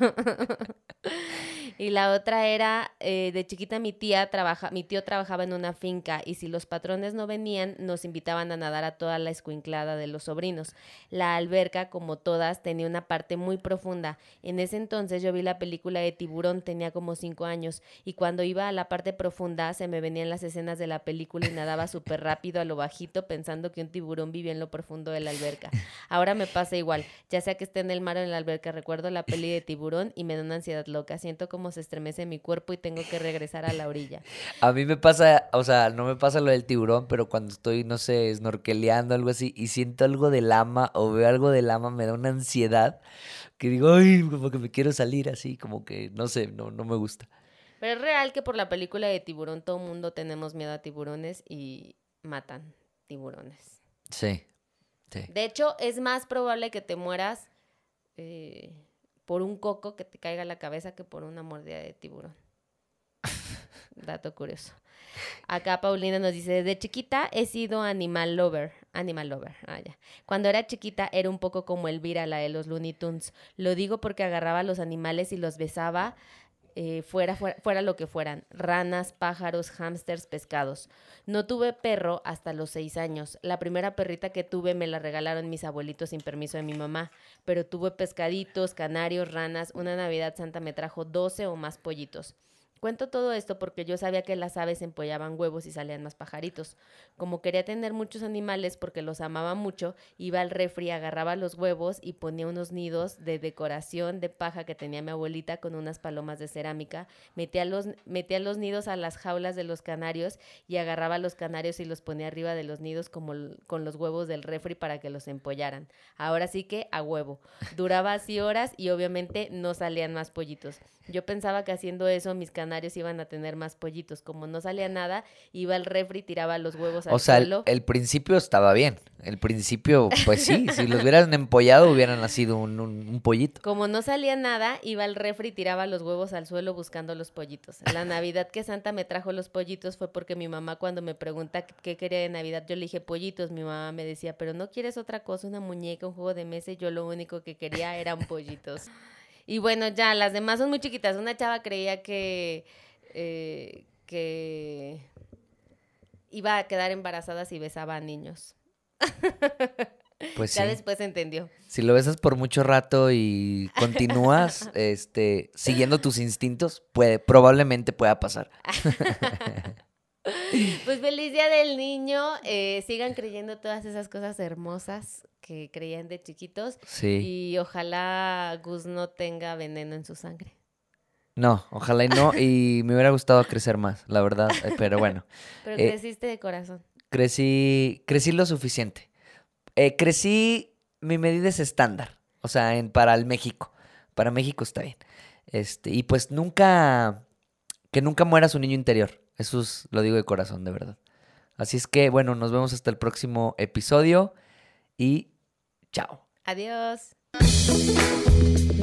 Y la otra era, eh, de chiquita mi tía trabaja, mi tío trabajaba en una finca y si los patrones no venían, nos invitaban a nadar a toda la escuinclada de los sobrinos. La alberca, como todas, tenía una parte muy profunda. En ese entonces yo vi la película de Tiburón, tenía como cinco años, y cuando iba a la parte profunda se me venían las escenas de la película y nadaba súper rápido a lo bajito pensando que un tiburón vivía en lo profundo de la alberca. Ahora me pasa igual, ya sea que esté en el mar o en la alberca, recuerdo la peli de Tiburón y me da una ansiedad loca. Siento como se estremece mi cuerpo y tengo que regresar a la orilla. A mí me pasa, o sea, no me pasa lo del tiburón, pero cuando estoy, no sé, snorkeleando, algo así, y siento algo de lama o veo algo de lama, me da una ansiedad que digo, ay, como que me quiero salir así, como que, no sé, no, no me gusta. Pero es real que por la película de Tiburón todo mundo tenemos miedo a tiburones y matan tiburones. Sí, sí. De hecho, es más probable que te mueras eh, por un coco que te caiga a la cabeza que por una mordida de tiburón. Dato curioso. Acá Paulina nos dice, desde chiquita he sido animal lover. Animal lover, ah, ya. Cuando era chiquita era un poco como Elvira, la de los Looney Tunes. Lo digo porque agarraba a los animales y los besaba, eh, fuera, fuera, fuera lo que fueran. Ranas, pájaros, hámsters, pescados. No tuve perro hasta los seis años. La primera perrita que tuve me la regalaron mis abuelitos sin permiso de mi mamá. Pero tuve pescaditos, canarios, ranas. Una Navidad Santa me trajo doce o más pollitos. Cuento todo esto porque yo sabía que las aves empollaban huevos y salían más pajaritos. Como quería tener muchos animales porque los amaba mucho, iba al refri, agarraba los huevos y ponía unos nidos de decoración de paja que tenía mi abuelita con unas palomas de cerámica. Metía los, metía los nidos a las jaulas de los canarios y agarraba los canarios y los ponía arriba de los nidos como l- con los huevos del refri para que los empollaran. Ahora sí que a huevo. Duraba así horas y obviamente no salían más pollitos. Yo pensaba que haciendo eso mis canarios iban a tener más pollitos. Como no salía nada, iba al refri y tiraba los huevos al O sea, el, suelo. el principio estaba bien. El principio, pues sí, si los hubieran empollado hubieran nacido un, un, un pollito. Como no salía nada, iba al refri y tiraba los huevos al suelo buscando los pollitos. La Navidad que Santa me trajo los pollitos fue porque mi mamá cuando me pregunta qué quería de Navidad, yo le dije pollitos. Mi mamá me decía, pero ¿no quieres otra cosa? Una muñeca, un juego de mesa. Y yo lo único que quería eran pollitos. Y bueno, ya, las demás son muy chiquitas. Una chava creía que, eh, que iba a quedar embarazada si besaba a niños. Pues Ya sí. después entendió. Si lo besas por mucho rato y continúas este, siguiendo tus instintos, puede, probablemente pueda pasar. Pues feliz día del niño. Eh, sigan creyendo todas esas cosas hermosas que creían de chiquitos. Sí. Y ojalá Gus no tenga veneno en su sangre. No, ojalá y no. Y me hubiera gustado crecer más, la verdad. eh, Pero bueno, Pero Eh, creciste de corazón. crecí, crecí lo suficiente. Eh, crecí, mi medida es estándar. O sea, en, para el México. Para México está bien. Este, y pues nunca, que nunca muera su niño interior. Eso es- lo digo de corazón, de verdad. Así es que, bueno, nos vemos hasta el próximo episodio y chao. Adiós.